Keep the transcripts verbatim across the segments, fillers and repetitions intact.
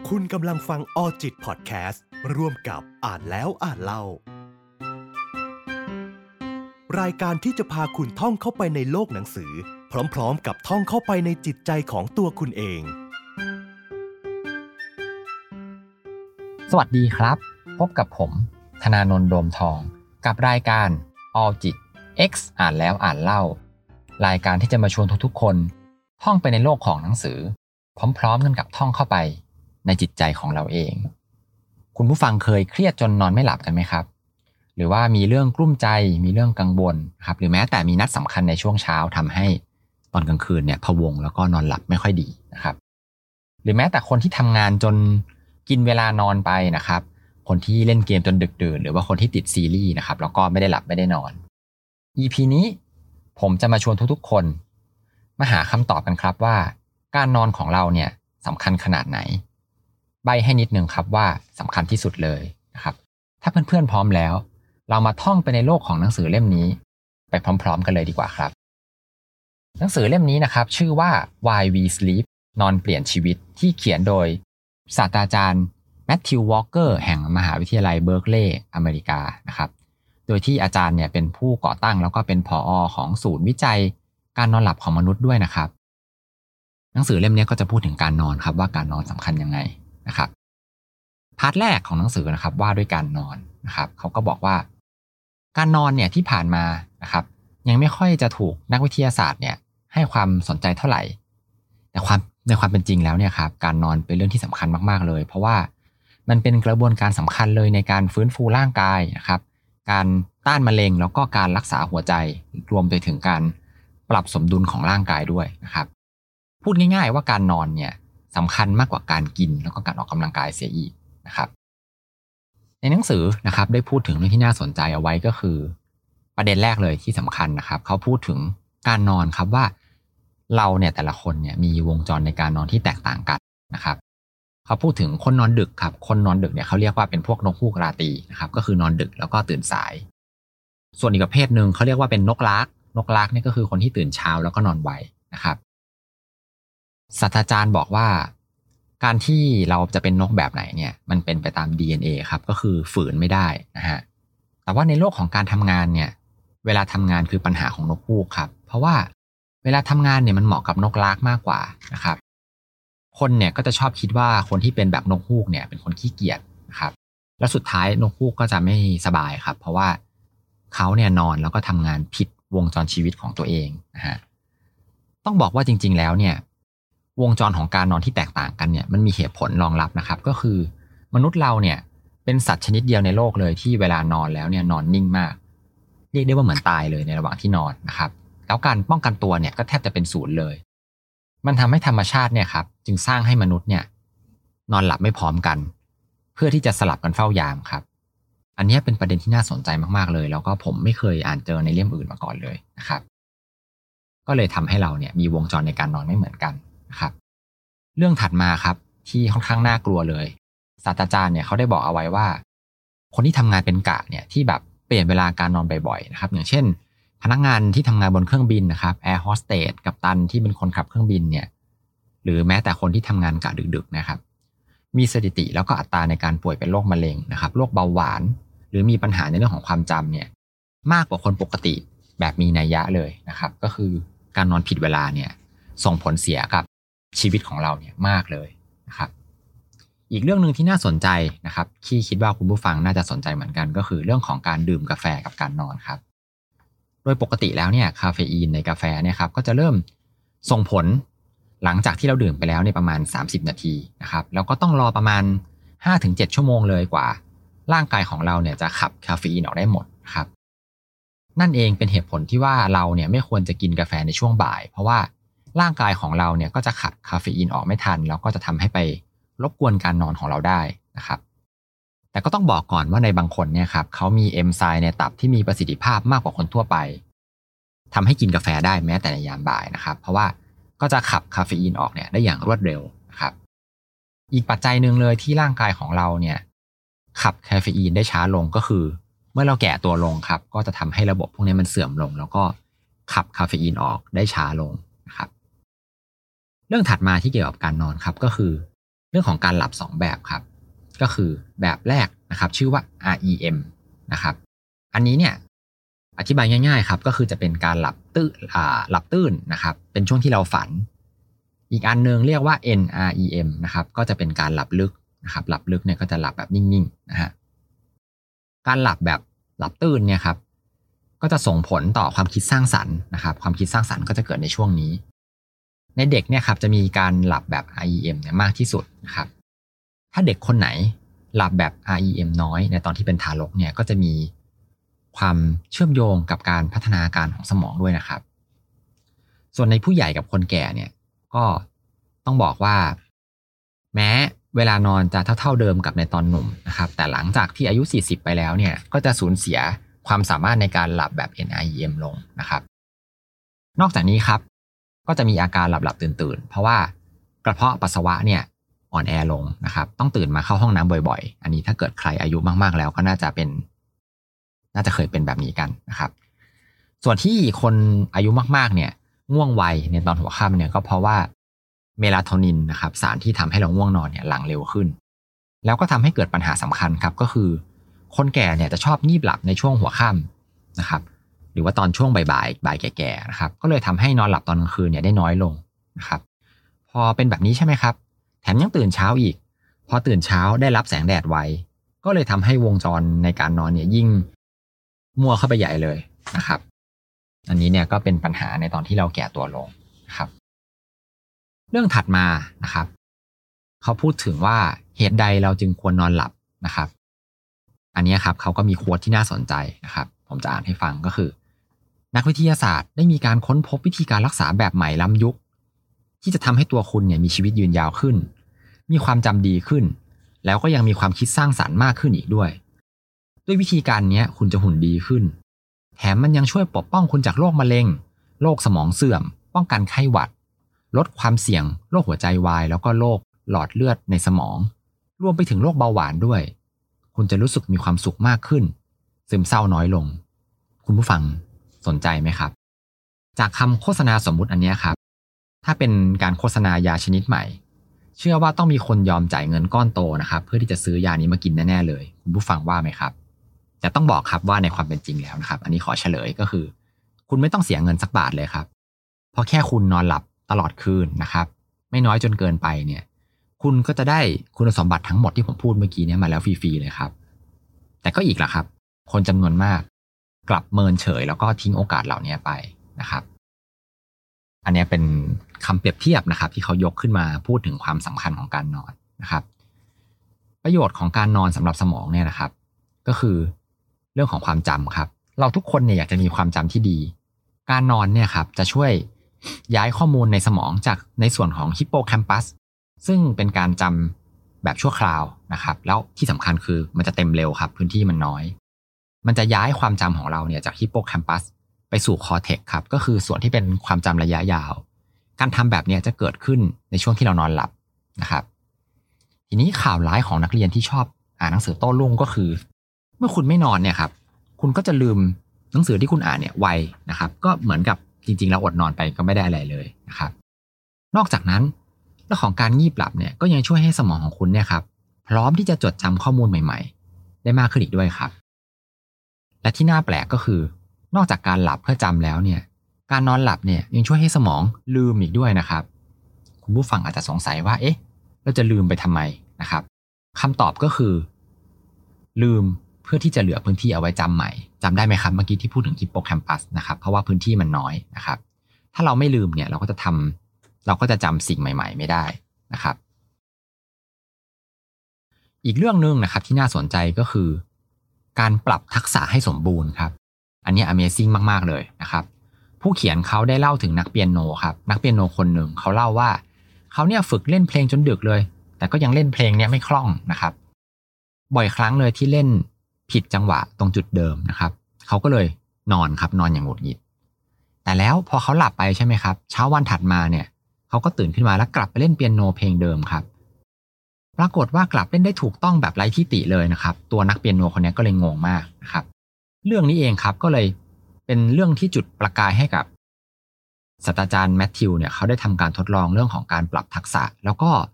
คุณกำลังฟังออจิตพอดแคสต์ร่วมกับอ่านแล้วอ่านเล่ารายการที่จะพาคุณท่องเข้าไปในโลกหนังสือพร้อมๆกับท่องเข้าไปในจิตใจของตัวคุณเองสวัสดีครับพบกับผมธนานนท์โดมทองกับรายการ All จิต X อ่านแล้วอ่านเล่ารายการที่จะมาชวนทุกๆคนท่องไปในโลกของหนังสือพร้อมๆกันกับท่องเข้าไปในจิตใจของเราเองคุณผู้ฟังเคยเครียดจนนอนไม่หลับกันไหมครับหรือว่ามีเรื่องกลุ้มใจมีเรื่องกังวลครับหรือแม้แต่มีนัดสำคัญในช่วงเช้าทำให้ตอนกลางคืนเนี่ยพะวงแล้วก็นอนหลับไม่ค่อยดีนะครับหรือแม้แต่คนที่ทำงานจนกินเวลานอนไปนะครับคนที่เล่นเกมจนดึกดื่นหรือว่าคนที่ติดซีรีส์นะครับแล้วก็ไม่ได้หลับไม่ได้นอน อี พี นี้ผมจะมาชวนทุกๆคนมาหาคำตอบกันครับว่าการนอนของเราเนี่ยสำคัญขนาดไหนใบให้นิดนึงครับว่าสำคัญที่สุดเลยนะครับถ้าเพื่อนๆพร้อมแล้วเรามาท่องไปในโลกของหนังสือเล่มนี้ไปพร้อมๆกันเลยดีกว่าครับหนังสือเล่มนี้นะครับชื่อว่า Why We Sleep นอนเปลี่ยนชีวิตที่เขียนโดยศาสตราจารย์แมทธิว วอลเกอร์แห่งมหาวิทยาลัยเบิร์กลีย์อเมริกานะครับโดยที่อาจารย์เนี่ยเป็นผู้ก่อตั้งแล้วก็เป็นผอ.ของศูนย์วิจัยการนอนหลับของมนุษย์ด้วยนะครับหนังสือเล่มนี้ก็จะพูดถึงการนอนครับว่าการนอนสำคัญยังไงนะครับพาร์ทแรกของหนังสือนะครับว่าด้วยการนอนนะครับเขาก็บอกว่าการนอนเนี่ยที่ผ่านมานะครับยังไม่ค่อยจะถูกนักวิทยาศาสตร์เนี่ยให้ความสนใจเท่าไหร่แต่ความในความเป็นจริงแล้วเนี่ยครับการนอนเป็นเรื่องที่สำคัญมากๆเลยเพราะว่ามันเป็นกระบวนการสำคัญเลยในการฟื้นฟูร่างกายนะครับการต้านมะเร็งแล้วก็การรักษาหัวใจรวมไปถึงการปรับสมดุลของร่างกายด้วยนะครับพูดง่ายๆว่าการนอนเนี่ยสำคัญมากกว่าการกินแล้วก็การออกกำลังกายเสียอีกนะครับในหนังสือนะครับได้พูดถึงเรื่องที่น่าสนใจเอาไว้ก็คือประเด็นแรกเลยที่สำคัญนะครับเขาพูดถึงการนอนครับว่าเราเนี่ยแต่ละคนเนี่ยมีวงจรในการนอนที่แตกต่างกันนะครับเขาพูดถึงคนนอนดึกครับคนนอนดึกเนี่ยเขาเรียกว่าเป็นพวกนกฮูกราตรีนะครับก็คือนอนดึกแล้วก็ตื่นสายส่วนอีกประเภทนึงเขาเรียกว่าเป็นนกลากนกลากนี่ก็คือคนที่ตื่นเช้าแล้วก็นอนไวนะครับศาสตราจารย์บอกว่าการที่เราจะเป็นนกแบบไหนเนี่ยมันเป็นไปตาม ดี เอ็น เอ ครับก็คือฝืนไม่ได้นะฮะแต่ว่าในโลกของการทำงานเนี่ยเวลาทำงานคือปัญหาของนกฮูกครับเพราะว่าเวลาทำงานเนี่ยมันเหมาะกับนกลากมากกว่านะครับคนเนี่ยก็จะชอบคิดว่าคนที่เป็นแบบนกฮูกเนี่ยเป็นคนขี้เกียจนะครับแล้วสุดท้ายนกฮูกก็จะไม่สบายครับเพราะว่าเขาเนี่ยนอนแล้วก็ทำงานผิดวงจรชีวิตของตัวเองนะฮะต้องบอกว่าจริงๆแล้วเนี่ยวงจรของการนอนที่แตกต่างกันเนี่ยมันมีเหตุผลรองรับนะครับก็คือมนุษย์เราเนี่ยเป็นสัตว์ชนิดเดียวในโลกเลยที่เวลานอนแล้วเนี่ยนอนนิ่งมากเรียกได้ว่าเหมือนตายเลยในระหว่างที่นอนนะครับแล้วการป้องกันตัวเนี่ยก็แทบจะเป็นศูนย์เลยมันทำให้ธรรมชาติเนี่ยครับจึงสร้างให้มนุษย์เนี่ยนอนหลับไม่พร้อมกันเพื่อที่จะสลับกันเฝ้ายามครับอันนี้เป็นประเด็นที่น่าสนใจมากๆเลยแล้วก็ผมไม่เคยอ่านเจอในเล่มอื่นมาก่อนเลยนะครับก็เลยทำให้เราเนี่ยมีวงจรในการนอนไม่เหมือนกันนะครับเรื่องถัดมาครับที่ค่อนข้างน่ากลัวเลยศาสตราจารย์เนี่ยเขาได้บอกเอาไว้ว่าคนที่ทำงานเป็นกะเนี่ยที่แบบเปลี่ยนเวลาการนอนบ่อยๆนะครับอย่างเช่นพนักงานที่ทำงานบนเครื่องบินนะครับแอร์โฮสเตสกัปตันที่เป็นคนขับเครื่องบินเนี่ยหรือแม้แต่คนที่ทำงานกะดึกๆนะครับมีสถิติแล้วก็อัตราในการป่วยเป็นโรคมะเร็งนะครับโรคเบาหวานหรือมีปัญหาในเรื่องของความจำเนี่ยมากกว่าคนปกติแบบมีนัยยะเลยนะครับก็คือการนอนผิดเวลาเนี่ยส่งผลเสียกับชีวิตของเราเนี่ยมากเลยนะครับอีกเรื่องนึงที่น่าสนใจนะครับที่คิดว่าคุณผู้ฟังน่าจะสนใจเหมือนกันก็คือเรื่องของการดื่มกาแฟกับการนอนครับโดยปกติแล้วเนี่ยคาเฟอีนในกาแฟเนี่ยครับก็จะเริ่มส่งผลหลังจากที่เราดื่มไปแล้วในประมาณสามสิบนาทีนะครับแล้วก็ต้องรอประมาณ ห้าถึงเจ็ด ชั่วโมงเลยกว่าร่างกายของเราเนี่ยจะขับคาเฟอีนออกได้หมดครับนั่นเองเป็นเหตุผลที่ว่าเราเนี่ยไม่ควรจะกินกาแฟในช่วงบ่ายเพราะว่าร่างกายของเราเนี่ยก็จะขับคาเฟอีนออกไม่ทันแล้วก็จะทำให้ไปรบกวนการนอนของเราได้นะครับแต่ก็ต้องบอกก่อนว่าในบางคนเนี่ยครับเขามีเอนไซม์ในตับที่มีประสิทธิภาพมากกว่าคนทั่วไปทำให้กินกาแฟได้แม้แต่ในยามบ่ายนะครับเพราะว่าก็จะขับคาเฟอีนออกเนี่ยได้อย่างรวดเร็วนะครับอีกปัจจัยนึงเลยที่ร่างกายของเราเนี่ยขับคาเฟอีนได้ช้าลงก็คือเมื่อเราแก่ตัวลงครับก็จะทำให้ระบบพวกนี้มันเสื่อมลงแล้วก็ขับคาเฟอีนออกได้ช้าลงนะครับเรื่องถัดมาที่เกี่ยวกับการนอนครับก็คือเรื่องของการหลับสองแบบครับก็คือแบบแรกนะครับชื่อว่า อาร์ อี เอ็ม นะครับอันนี้เนี่ยอธิบายง่ายๆครับก็คือจะเป็นการหลับตื้นอ่าหลับตื้นนะครับเป็นช่วงที่เราฝันอีกอันนึงเรียกว่า เอ็น อาร์ อี เอ็ม นะครับก็จะเป็นการหลับลึกนะครับหลับลึกเนี่ยก็จะหลับแบบนิ่งๆนะฮะการหลับแบบหลับตื้นเนี่ยครับก็จะส่งผลต่อความคิดสร้างสรรค์นะครับความคิดสร้างสรรค์ก็จะเกิดในช่วงนี้ในเด็กเนี่ยครับจะมีการหลับแบบ อาร์ อี เอ็ม เนี่ยมากที่สุดนะครับถ้าเด็กคนไหนหลับแบบ อาร์ อี เอ็ม น้อยในตอนที่เป็นทารกเนี่ยก็จะมีความเชื่อมโยงกับการพัฒนาการของสมองด้วยนะครับส่วนในผู้ใหญ่กับคนแก่เนี่ยก็ต้องบอกว่าแม้เวลานอนจะเท่าๆเดิมกับในตอนหนุ่มนะครับแต่หลังจากที่อายุสี่สิบไปแล้วเนี่ยก็จะสูญเสียความสามารถในการหลับแบบ เอ็น อาร์ อี เอ็ม ลงนะครับนอกจากนี้ครับก็จะมีอาการหลับๆตื่นๆเพราะว่ากระเพาะปัสสาวะเนี่ยอ่อนแอลงนะครับต้องตื่นมาเข้าห้องน้ำบ่อยๆอันนี้ถ้าเกิดใครอายุมากๆแล้วก็น่าจะเป็นน่าจะเคยเป็นแบบนี้กันนะครับส่วนที่คนอายุมากๆเนี่ยง่วงไวในตอนหัวค่ำเนี่ยก็เพราะว่าเมลาโทนินนะครับสารที่ทำให้เราง่วงนอนเนี่ยหลั่งเร็วขึ้นแล้วก็ทำให้เกิดปัญหาสำคัญครับก็คือคนแก่เนี่ยจะชอบงีบหลับในช่วงหัวค่ำนะครับหรือว่าตอนช่วงบ่ายๆบ่ายแก่ๆนะครับก็เลยทำให้นอนหลับตอนกลางคืนเนี่ยได้น้อยลงนะครับพอเป็นแบบนี้ใช่ไหมครับแถมยังตื่นเช้าอีกพอตื่นเช้าได้รับแสงแดดไวก็เลยทำให้วงจรในการนอนเนี่ยยิ่งมั่วเข้าไปใหญ่เลยนะครับอันนี้เนี่ยก็เป็นปัญหาในตอนที่เราแก่ตัวลงนะครับเรื่องถัดมานะครับเขาพูดถึงว่าเหตุใดเราจึงควรนอนหลับนะครับอันนี้ครับเขาก็มีโค้ดที่น่าสนใจนะครับผมจะอ่านให้ฟังก็คือนักวิทยาศาสตร์ได้มีการค้นพบวิธีการรักษาแบบใหม่ล้ำยุคที่จะทำให้ตัวคุณเนี่ยมีชีวิตยืนยาวขึ้นมีความจำดีขึ้นแล้วก็ยังมีความคิดสร้างสรรค์มากขึ้นอีกด้วยด้วยวิธีการนี้คุณจะหุ่นดีขึ้นแถมมันยังช่วยปกป้องคุณจากโรคมะเร็งโรคสมองเสื่อมป้องกันไข้หวัดลดความเสี่ยงโรคหัวใจวายแล้วก็โรคหลอดเลือดในสมองรวมไปถึงโรคเบาหวานด้วยคุณจะรู้สึกมีความสุขมากขึ้นซึมเศร้าน้อยลงคุณผู้ฟังสนใจไหมครับจากคำโฆษณาสมมุติอันนี้ครับถ้าเป็นการโฆษณายาชนิดใหม่เชื่อว่าต้องมีคนยอมจ่ายเงินก้อนโตนะครับเพื่อที่จะซื้อยานี้มากินแน่ๆเลยคุณผู้ฟังว่าไหมครับแต่ต้องบอกครับว่าในความเป็นจริงแล้วนะครับอันนี้ขอเฉลยก็คือคุณไม่ต้องเสียเงินสักบาทเลยครับเพราะแค่คุณนอนหลับตลอดคืนนะครับไม่น้อยจนเกินไปเนี่ยคุณก็จะได้คุณสมบัติทั้งหมดที่ผมพูดเมื่อกี้นี้มาแล้วฟรีๆเลยครับแต่ก็อีกล่ะครับคนจำนวนมากกลับเมินเฉยแล้วก็ทิ้งโอกาสเหล่านี้ไปนะครับอันนี้เป็นคำเปรียบเทียบนะครับที่เขายกขึ้นมาพูดถึงความสำคัญของการนอนนะครับประโยชน์ของการนอนสำหรับสมองเนี่ยนะครับก็คือเรื่องของความจำครับเราทุกคนเนี่ยอยากจะมีความจำที่ดีการนอนเนี่ยครับจะช่วยย้ายข้อมูลในสมองจากในส่วนของฮิปโปแคมปัสซึ่งเป็นการจำแบบชั่วคราวนะครับแล้วที่สำคัญคือมันจะเต็มเร็วครับพื้นที่มันน้อยมันจะย้ายความจำของเราเนี่ยจากฮิปโปแคมปัสไปสู่คอร์เทกซ์ครับก็คือส่วนที่เป็นความจำระยะยาวการทำแบบนี้จะเกิดขึ้นในช่วงที่เรานอนหลับนะครับทีนี้ข่าวร้ายของนักเรียนที่ชอบอ่านหนังสือโต้รุ่งก็คือเมื่อคุณไม่นอนเนี่ยครับคุณก็จะลืมหนังสือที่คุณอ่านเนี่ยไวนะครับก็เหมือนกับจริงๆแล้วอดนอนไปก็ไม่ได้อะไรเลยนะครับนอกจากนั้นเรื่องของการงีบหลับเนี่ยก็ยังช่วยให้สมองของคุณเนี่ยครับพร้อมที่จะจดจำข้อมูลใหม่ๆได้มากขึ้นอีกด้วยครับและที่น่าแปลกก็คือนอกจากการหลับเพื่อจำแล้วเนี่ยการนอนหลับเนี่ยยังช่วยให้สมองลืมอีกด้วยนะครับคุณผู้ฟังอาจจะสงสัยว่าเอ๊ะเราจะลืมไปทำไมนะครับคำตอบก็คือลืมเพื่อที่จะเหลือพื้นที่เอาไว้จำใหม่จำได้ไหมครับเมื่อกี้ที่พูดถึงฮิปโปแคมปัสนะครับเพราะว่าพื้นที่มันน้อยนะครับถ้าเราไม่ลืมเนี่ยเราก็จะทำเราก็จะจำสิ่งใหม่ๆไม่ได้นะครับอีกเรื่องนึงนะครับที่น่าสนใจก็คือการปรับทักษะให้สมบูรณ์ครับอันนี้ Amazing มากๆเลยนะครับผู้เขียนเขาได้เล่าถึงนักเปียโนครับนักเปียโนคนหนึ่งเขาเล่าว่าเขาเนี่ยฝึกเล่นเพลงจนดึกเลยแต่ก็ยังเล่นเพลงเนี้ยไม่คล่องนะครับบ่อยครั้งเลยที่เล่นผิดจังหวะตรงจุดเดิมนะครับเขาก็เลยนอนครับนอนอย่างหงุดหงิดแต่แล้วพอเขาหลับไปใช่ไหมครับเช้าวันถัดมาเนี่ยเขาก็ตื่นขึ้นมาแล้วกลับไปเล่นเปียโนเพลงเดิมครับปรากฏว่ากลับเล่นได้ถูกต้องแบบไร้ที่ติเลยนะครับตัวนักเปียโนคนนี้ก็เลยงงมากนะครับเรื่องนี้เองครับก็เลยเป็นเรื่องที่จุดประกายให้กับศาสตราจารย์แมทธิวเนี่ยเขาได้ทำการทดลองเรื่องของการปรับทักษะแล้วก็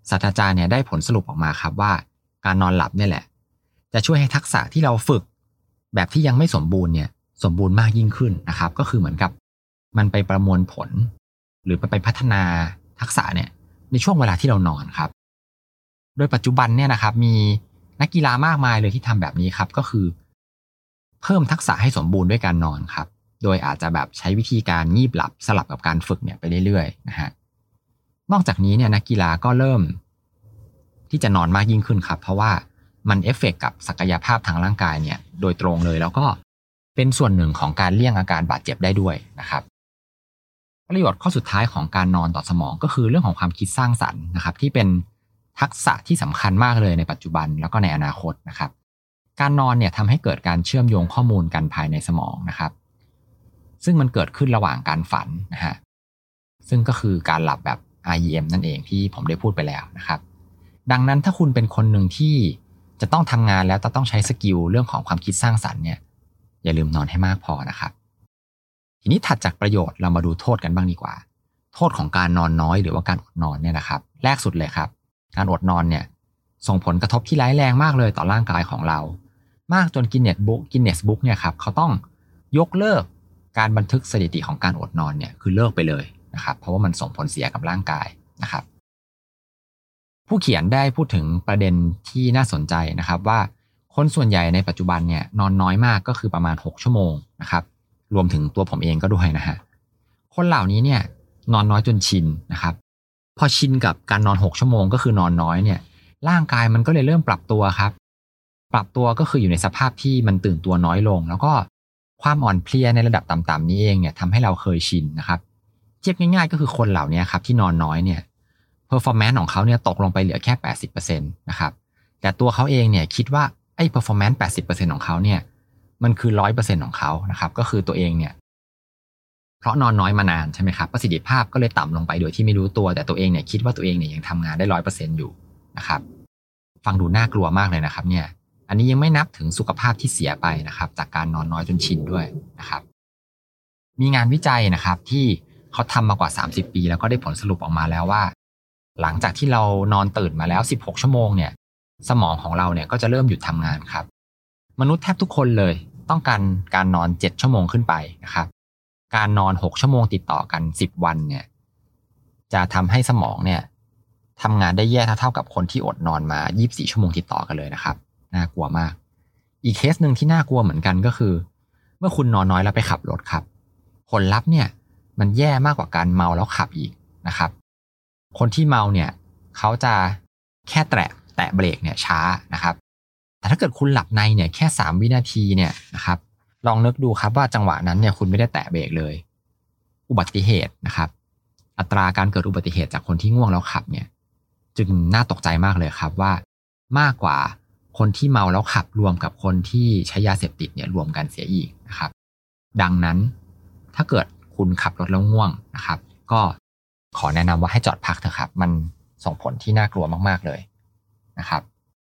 ศาสตราจารย์เนี่ยได้ผลสรุปออกมาครับว่าการนอนหลับเนี่ยแหละจะช่วยให้ทักษะที่เราฝึกแบบที่ยังไม่สมบูรณ์เนี่ยสมบูรณ์มากยิ่งขึ้นนะครับก็คือเหมือนกับมันไปประมวลผลหรือไปพัฒนาทักษะเนี่ยในช่วงเวลาที่เรานอนครับโดยปัจจุบันเนี่ยนะครับมีนักกีฬามากมายเลยที่ทำแบบนี้ครับก็คือเพิ่มทักษะให้สมบูรณ์ด้วยการนอนครับโดยอาจจะแบบใช้วิธีการงีบหลับสลับกับการฝึกเนี่ยไปเรื่อยๆนะฮะนอกจากนี้เนี่ยนักกีฬาก็เริ่มที่จะนอนมากยิ่งขึ้นครับเพราะว่ามันเอฟเฟกต์กับศักยภาพทางร่างกายเนี่ยโดยตรงเลยแล้วก็เป็นส่วนหนึ่งของการเลี่ยงอาการบาดเจ็บได้ด้วยนะครับประโยชน์ข้อสุดท้ายของการนอนต่อสมองก็คือเรื่องของความคิดสร้างสรรค์นะครับที่เป็นทักษะที่สำคัญมากเลยในปัจจุบันแล้วก็ในอนาคตนะครับการนอนเนี่ยทำให้เกิดการเชื่อมโยงข้อมูลกันภายในสมองนะครับซึ่งมันเกิดขึ้นระหว่างการฝันนะฮะซึ่งก็คือการหลับแบบ อาร์ อี เอ็ม นั่นเองที่ผมได้พูดไปแล้วนะครับดังนั้นถ้าคุณเป็นคนหนึ่งที่จะต้องทำงานแล้วจะต้องใช้สกิลเรื่องของความคิดสร้างสรรค์เนี่ยอย่าลืมนอนให้มากพอนะครับทีนี้ถัดจากประโยชน์เรามาดูโทษกันบ้างดีกว่าโทษของการนอนน้อยหรือว่าการอดนอนเนี่ยนะครับแรกสุดเลยครับการอดนอนเนี่ยส่งผลกระทบที่ร้ายแรงมากเลยต่อร่างกายของเรามากจนกินเนสบุ๊กกินเนสบุ๊กเนี่ยครับเขาต้องยกเลิกการบันทึกสถิติของการอดนอนเนี่ยคือเลิกไปเลยนะครับเพราะว่ามันส่งผลเสียกับร่างกายนะครับผู้เขียนได้พูดถึงประเด็นที่น่าสนใจนะครับว่าคนส่วนใหญ่ในปัจจุบันเนี่ยนอนน้อยมากก็คือประมาณหกชั่วโมงนะครับรวมถึงตัวผมเองก็ด้วยนะฮะคนเหล่านี้เนี่ยนอนน้อยจนชินนะครับพอชินกับการนอนหกชั่วโมงก็คือนอนน้อยเนี่ยร่างกายมันก็เลยเริ่มปรับตัวครับปรับตัวก็คืออยู่ในสภาพที่มันตื่นตัวน้อยลงแล้วก็ความอ่อนเพลียในระดับต่ำๆนี้เองเนี่ยทำให้เราเคยชินนะครับเทียบง่ายๆก็คือคนเหล่านี้ครับที่นอนน้อยเนี่ยperformance ของเขาเนี่ยตกลงไปเหลือแค่ แปดสิบเปอร์เซ็นต์ นะครับแต่ตัวเขาเองเนี่ยคิดว่าไอ้ performance แปดสิบเปอร์เซ็นต์ ของเขาเนี่ยมันคือ หนึ่งร้อยเปอร์เซ็นต์ ของเขานะครับก็คือตัวเองเนี่ยเพราะนอนน้อยมานานใช่ไหมครับประสิทธิภาพก็เลยต่ำลงไปโดยที่ไม่รู้ตัวแต่ตัวเองเนี่ยคิดว่าตัวเองเนี่ยยังทำงานได้ หนึ่งร้อยเปอร์เซ็นต์ อยู่นะครับฟังดูน่ากลัวมากเลยนะครับเนี่ยอันนี้ยังไม่นับถึงสุขภาพที่เสียไปนะครับจากการนอนน้อยจนชินด้วยนะครับมีงานวิจัยนะครับที่เขาทำมากว่าสามสิบปีแล้วก็ได้ผลสรุปออกมาแล้วว่าหลังจากที่เรานอนตื่นมาแล้วสิบหกชั่วโมงเนี่ยสมองของเราเนี่ยก็จะเริ่มหยุดทำงานครับมนุษย์แทบทุกคนเลยต้องการการนอนเจ็ดชั่วโมงขึ้นไปนะครับการนอนหกชั่วโมงติดต่อกันสิบวันเนี่ยจะทำให้สมองเนี่ยทำงานได้แย่เท่าๆกับคนที่อดนอนมายี่สิบสี่ชั่วโมงติดต่อกันเลยนะครับน่ากลัวมากอีกเคสนึงที่น่ากลัวเหมือนกันก็คือเมื่อคุณนอนน้อยแล้วไปขับรถครับผลลัพธ์เนี่ยมันแย่มากกว่าการเมาแล้วขับอีกนะครับคนที่เมาเนี่ยเขาจะแค่แตะแตะเบรกเนี่ยช้านะครับแต่ถ้าเกิดคุณหลับในเนี่ยแค่สามวินาทีเนี่ยนะครับลองนึกดูครับว่าจังหวะนั้นเนี่ยคุณไม่ได้แตะเบรกเลยอุบัติเหตุนะครับอัตราการเกิดอุบัติเหตุจากคนที่ง่วงแล้วขับเนี่ยจึงน่าตกใจมากเลยครับว่ามากกว่าคนที่เมาแล้วขับรวมกับคนที่ใช้ยาเสพติดเนี่ยรวมกันเสียอีกนะครับดังนั้นถ้าเกิดคุณขับรถแล้วง่วงนะครับก็ขอแนะนำว่าให้จอดพักเถอะครับมันส่งผลที่น่ากลัวมากๆเลยนะครับ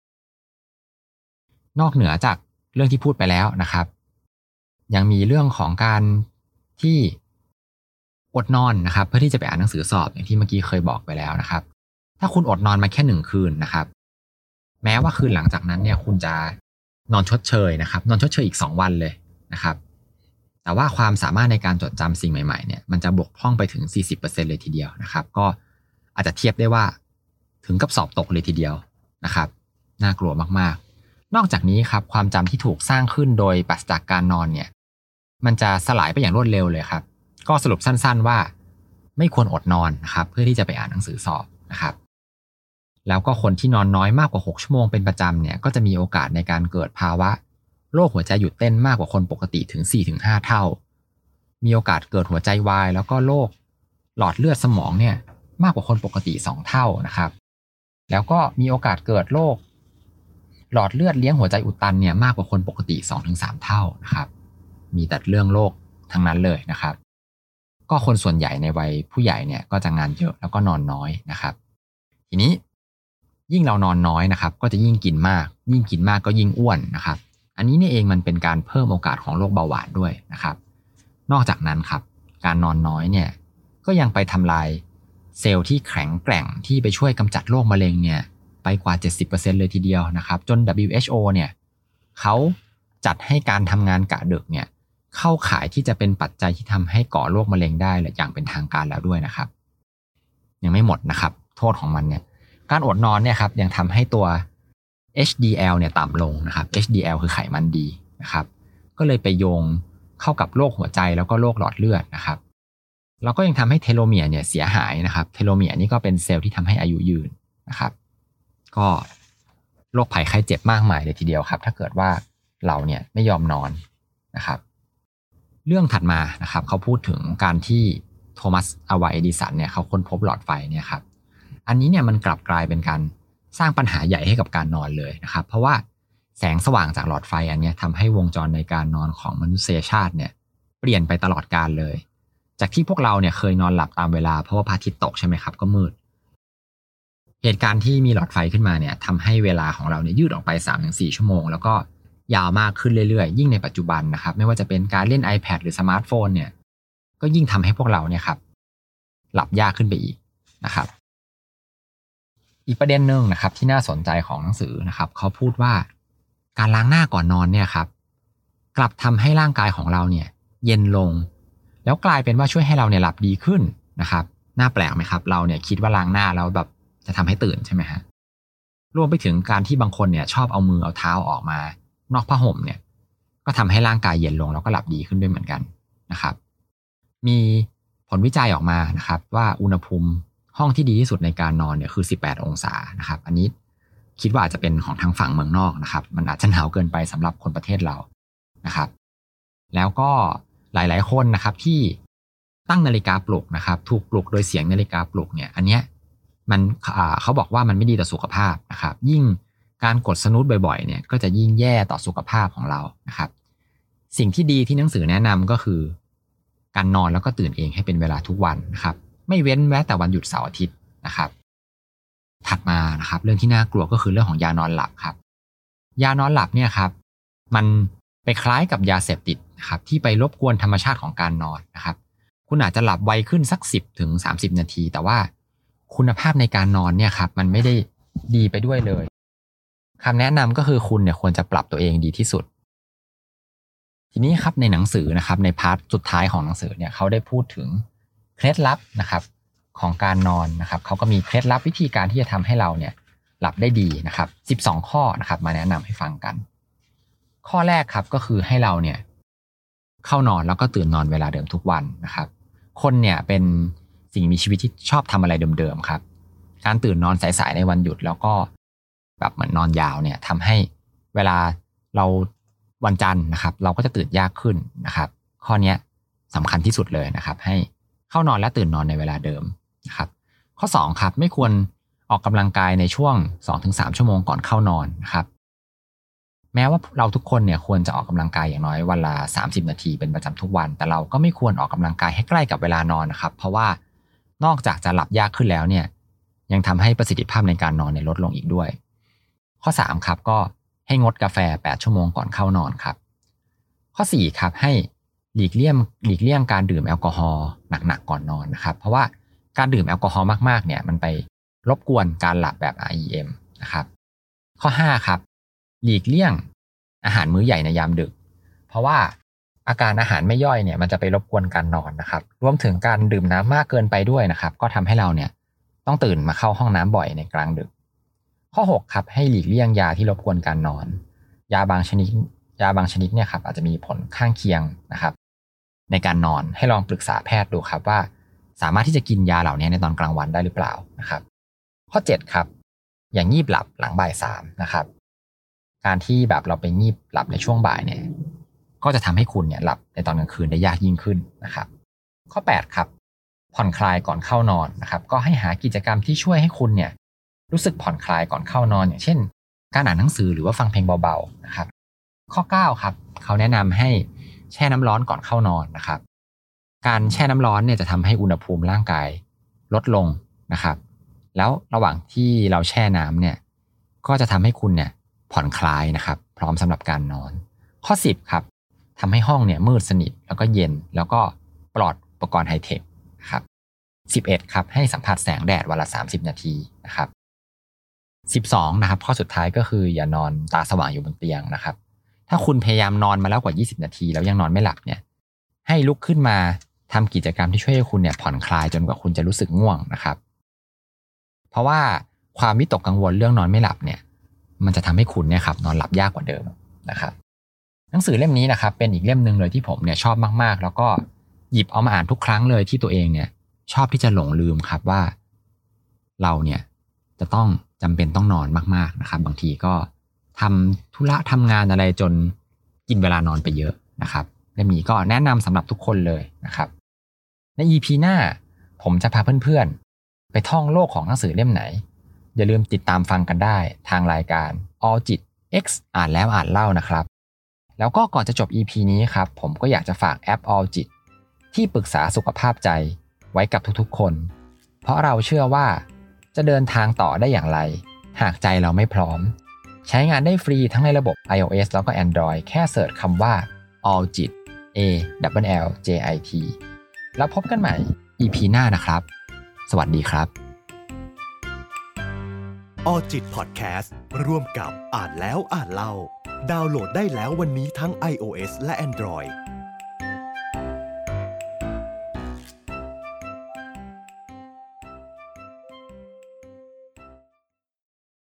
นอกเหนือจากเรื่องที่พูดไปแล้วนะครับยังมีเรื่องของการที่อดนอนนะครับเพื่อที่จะไปอ่านหนังสือสอบอย่างที่เมื่อกี้เคยบอกไปแล้วนะครับถ้าคุณอดนอนมาแค่หนึ่งคืนนะครับแม้ว่าคืนหลังจากนั้นเนี่ยคุณจะนอนชดเชยนะครับนอนชดเชยอีกสองวันเลยนะครับแต่ว่าความสามารถในการจดจำสิ่งใหม่ๆเนี่ยมันจะบกพร่องไปถึง สี่สิบเปอร์เซ็นต์ เลยทีเดียวนะครับก็อาจจะเทียบได้ว่าถึงกับสอบตกเลยทีเดียวนะครับน่ากลัวมากๆนอกจากนี้ครับความจำที่ถูกสร้างขึ้นโดยปราศจากการนอนเนี่ยมันจะสลายไปอย่างรวดเร็วเลยครับก็สรุปสั้นๆว่าไม่ควรอดนอนนะครับเพื่อที่จะไปอ่านหนังสือสอบนะครับแล้วก็คนที่นอนน้อยมากกว่าหกชั่วโมงเป็นประจำเนี่ยก็จะมีโอกาสในการเกิดภาวะโรคหัวใจหยุดเต้นมากกว่าคนปกติถึง สี่ถึงห้า เท่ามีโอกาสเกิดหัวใจวายแล้วก็โรคหลอดเลือดสมองเนี่ยมากกว่าคนปกติสองเท่านะครับแล้วก็มีโอกาสเกิดโรคหลอดเลือดเลี้ยงหัวใจอุดตันเนี่ยมากกว่าคนปกติ สองถึงสาม เท่านะครับมีแต่เรื่องโรคทั้งนั้นเลยนะครับก็คนส่วนใหญ่ในวัยผู้ใหญ่เนี่ยก็จะงานเยอะแล้วก็นอนน้อยนะครับทีนี้ยิ่งเรานอนน้อยนะครับก็จะยิ่งกินมากยิ่งกินมากก็ยิ่งอ้วนนะครับอันนี้นี่เองมันเป็นการเพิ่มโอกาสของโรคเบาหวานด้วยนะครับนอกจากนั้นครับการนอนน้อยเนี่ยก็ยังไปทำลายเซลล์ที่แข็งแกร่งที่ไปช่วยกำจัดโรคมะเร็งเนี่ยไปกว่า เจ็ดสิบเปอร์เซ็นต์ เลยทีเดียวนะครับจน ดับเบิลยู เอช โอ เนี่ยเขาจัดให้การทำงานกะดึกเนี่ยเข้าข่ายที่จะเป็นปัจจัยที่ทำให้ก่อโรคมะเร็งได้อย่างเป็นทางการแล้วด้วยนะครับยังไม่หมดนะครับโทษของมันเนี่ยการอดนอนเนี่ยครับยังทำให้ตัว เอช ดี แอล เนี่ยต่ำลงนะครับ เอช ดี แอล คือไขมันดีนะครับก็เลยไปโยงเข้ากับโรคหัวใจแล้วก็โรคหลอดเลือดนะครับแล้วก็ยังทำให้เทโลเมียร์เนี่ยเสียหายนะครับเทโลเมียร์นี่ก็เป็นเซลล์ที่ทำให้อายุยืนนะครับก็โรคภัยไข้เจ็บมากมายเลยทีเดียวครับถ้าเกิดว่าเราเนี่ยไม่ยอมนอนนะครับเรื่องถัดมานะครับเขาพูดถึงการที่โทมัสอัลวาเอดิสันเนี่ยเขาค้นพบหลอดไฟเนี่ยครับอันนี้เนี่ยมันกลับกลายเป็นการสร้างปัญหาใหญ่ให้กับการนอนเลยนะครับเพราะว่าแสงสว่างจากหลอดไฟอันนี้ทำให้วงจรในการนอนของมนุษยชาติเนี่ยเปลี่ยนไปตลอดกาลเลยจากที่พวกเราเนี่ยเคยนอนหลับตามเวลาเพราะว่าพระอาทิตย์ตกใช่ไหมครับก็มืดเหตุการณ์ที่มีหลอดไฟขึ้นมาเนี่ยทำให้เวลาของเราเนี่ยยืดออกไป สามถึงสี่ ชั่วโมงแล้วก็ยาวมากขึ้นเรื่อยๆยิ่งในปัจจุบันนะครับไม่ว่าจะเป็นการเล่น iPad หรือสมาร์ทโฟนเนี่ยก็ยิ่งทำให้พวกเราเนี่ยครับหลับยากขึ้นไปอีกนะครับอีกประเด็นหนึ่งนะครับที่น่าสนใจของหนังสือนะครับเขาพูดว่าการล้างหน้าก่อนนอนเนี่ยครับกลับทำให้ร่างกายของเราเนี่ยเย็นลงแล้วกลายเป็นว่าช่วยให้เราเนี่ยหลับดีขึ้นนะครับน่าแปลกไหมครับเราเนี่ยคิดว่าล้างหน้าแล้วแบบจะทำให้ตื่นใช่ไหมฮะรวมไปถึงการที่บางคนเนี่ยชอบเอามือเอาเท้าออกมานอกผ้าห่มเนี่ยก็ทำให้ร่างกายเย็นลงแล้วก็หลับดีขึ้นด้วยเหมือนกันนะครับมีผลวิจัยออกมานะครับว่าอุณหภูมิห้องที่ดีที่สุดในการนอนเนี่ยคือสิบแปดองศานะครับอันนี้คิดว่าอาจจะเป็นของทางฝั่งเมืองนอกนะครับมันอาจจะหนาวเกินไปสำหรับคนประเทศเรานะครับแล้วก็หลายๆคนนะครับที่ตั้งนาฬิกาปลุกนะครับถูกปลุกโดยเสียงนาฬิกาปลุกเนี่ยอันเนี้ยมันเขาบอกว่ามันไม่ดีต่อสุขภาพนะครับยิ่งการกดสนูซบ่อยๆเนี่ยก็จะยิ่งแย่ต่อสุขภาพของเรานะครับสิ่งที่ดีที่หนังสือแนะนำก็คือการนอนแล้วก็ตื่นเองให้เป็นเวลาทุกวันนะครับไม่เว้นแม้แต่วันหยุดเสาร์อาทิตย์นะครับถัดมานะครับเรื่องที่น่ากลัวก็คือเรื่องของยานอนหลับครับยานอนหลับเนี่ยครับมันไปคล้ายกับยาเสพติดนะครับที่ไปรบกวนธรรมชาติของการนอนนะครับคุณอาจจะหลับไวขึ้นสักสิบถึงสามสิบนาทีแต่ว่าคุณภาพในการนอนเนี่ยครับมันไม่ได้ดีไปด้วยเลยคำแนะนำก็คือคุณเนี่ยควรจะปรับตัวเองดีที่สุดทีนี้ครับในหนังสือนะครับในพาร์ทสุดท้ายของหนังสือเนี่ยเขาได้พูดถึงเคล็ดลับนะครับของการนอนนะครับเขาก็มีเคล็ดลับวิธีการที่จะทำให้เราเนี่ยหลับได้ดีนะครับสิบสองข้อนะครับมาแนะนำให้ฟังกันข้อแรกครับก็คือให้เราเนี่ยเข้านอนแล้วก็ตื่นนอนเวลาเดิมทุกวันนะครับคนเนี่ยเป็นสิ่งมีชีวิตที่ชอบทำอะไรเดิมๆครับการตื่นนอนสายๆในวันหยุดแล้วก็แบบเหมือนนอนยาวเนี่ยทำให้เวลาเราวันจันทร์นะครับเราก็จะตื่นยากขึ้นนะครับข้อนี้สำคัญที่สุดเลยนะครับให้เข้านอนและตื่นนอนในเวลาเดิมนะครับข้อสองครับไม่ควรออกกำลังกายในช่วง สองถึงสาม ชั่วโมงก่อนเข้านอนนะครับแม้ว่าเราทุกคนเนี่ยควรจะออกกำลังกายอย่างน้อยวันละสามสิบนาทีเป็นประจำทุกวันแต่เราก็ไม่ควรออกกำลังกายให้ใกล้กับเวลานอนนะครับเพราะว่านอกจากจะหลับยากขึ้นแล้วเนี่ยยังทำให้ประสิทธิภาพในการนอนเนี่ยลดลงอีกด้วยข้อสามครับก็ให้งดกาแฟแปดชั่วโมงก่อนเข้านอนครับข้อสี่ครับให้หลีกเลี่ยงหลีกเลี่ยงการดื่มแอลกอฮอล์หนักๆก่อนนอนนะครับเพราะว่าการดื่มแอลกอฮอล์มากๆเนี่ยมันไปรบกวนการหลับแบบ อาร์ อี เอ็ม นะครับข้อห้าครับหลีกเลี่ยงอาหารมื้อใหญ่ในยามดึกเพราะว่าอาการอาหารไม่ย่อยเนี่ยมันจะไปรบกวนการนอนนะครับรวมถึงการดื่มน้ำมากเกินไปด้วยนะครับก็ทำให้เราเนี่ยต้องตื่นมาเข้าห้องน้ำบ่อยในกลางดึกข้อหกครับให้หลีกเลี่ยงยาที่รบกวนการนอนยาบางชนิดยาบางชนิดเนี่ยครับอาจจะมีผลข้างเคียงนะครับในการนอนให้ลองปรึกษาแพทย์ดูครับว่าสามารถที่จะกินยาเหล่านี้ในตอนกลางวันได้หรือเปล่านะครับข้อเจ็ดครับอย่างงีบหลับหลังบ่ายสามนะครับการที่แบบเราไปงีบหลับในช่วงบ่ายเนี่ยก็จะทำให้คุณเนี่ยหลับในตอนกลางคืนได้ยากยิ่งขึ้นนะครับข้อแปดครับผ่อนคลายก่อนเข้านอนนะครับก็ให้หากิจกรรมที่ช่วยให้คุณเนี่ยรู้สึกผ่อนคลายก่อนเข้านอนอย่างเช่นการอ่านหนังสือหรือว่าฟังเพลงเบาๆนะครับข้อเก้าครับเขาแนะนำให้แช่น้ำร้อนก่อนเข้านอนนะครับการแช่น้ำร้อนเนี่ยจะทำให้อุณหภูมิร่างกายลดลงนะครับแล้วระหว่างที่เราแช่น้ำเนี่ยก็จะทำให้คุณเนี่ยผ่อนคลายนะครับพร้อมสำหรับการนอนข้อสิบครับทำให้ห้องเนี่ยมืดสนิทแล้วก็เย็นแล้วก็ปลอดอุปกรณ์ไฮเทคครับสิบเอ็ดครับให้สัมผัสแสงแดดวันละสามสิบนาทีนะครับสิบสองนะครับข้อสุดท้ายก็คืออย่านอนตาสว่างอยู่บนเตียงนะครับถ้าคุณพยายามนอนมาแล้วกว่ายี่สิบนาทีแล้วยังนอนไม่หลับเนี่ยให้ลุกขึ้นมาทำกิจกรรมที่ช่วยให้คุณเนี่ยผ่อนคลายจนกว่าคุณจะรู้สึกง่วงนะครับเพราะว่าความวิตกกังวลเรื่องนอนไม่หลับเนี่ยมันจะทำให้คุณเนี่ยครับนอนหลับยากกว่าเดิมนะครับหนังสือเล่มนี้นะครับเป็นอีกเล่มนึงเลยที่ผมเนี่ยชอบมากๆแล้วก็หยิบเอามาอ่านทุกครั้งเลยที่ตัวเองเนี่ยชอบที่จะหลงลืมครับว่าเราเนี่ยจะต้องจำเป็นต้องนอนมากๆนะครับบางทีก็ทำธุระทำงานอะไรจนกินเวลานอนไปเยอะนะครับเล่มนี้ก็แนะนำสำหรับทุกคนเลยนะครับใน อี พี หน้าผมจะพาเพื่อนๆไปท่องโลกของหนังสือเล่มไหนอย่าลืมติดตามฟังกันได้ทางรายการ All จิต X อ่านแล้วอ่านเล่านะครับแล้วก็ก่อนจะจบ อี พี นี้ครับผมก็อยากจะฝากแอป All จิตที่ปรึกษาสุขภาพใจไว้กับทุกๆคนเพราะเราเชื่อว่าจะเดินทางต่อได้อย่างไรหากใจเราไม่พร้อมใช้งานได้ฟรีทั้งในระบบ iOS แล้วก็ Android แค่เสิร์ชคำว่า All จิต A L L J I T แล้วพบกันใหม่ อี พี หน้านะครับสวัสดีครับ All จิต Podcast ร่วมกับอ่านแล้วอ่านเล่าดาวน์โหลดได้แล้ววันนี้ทั้ง iOS และ Android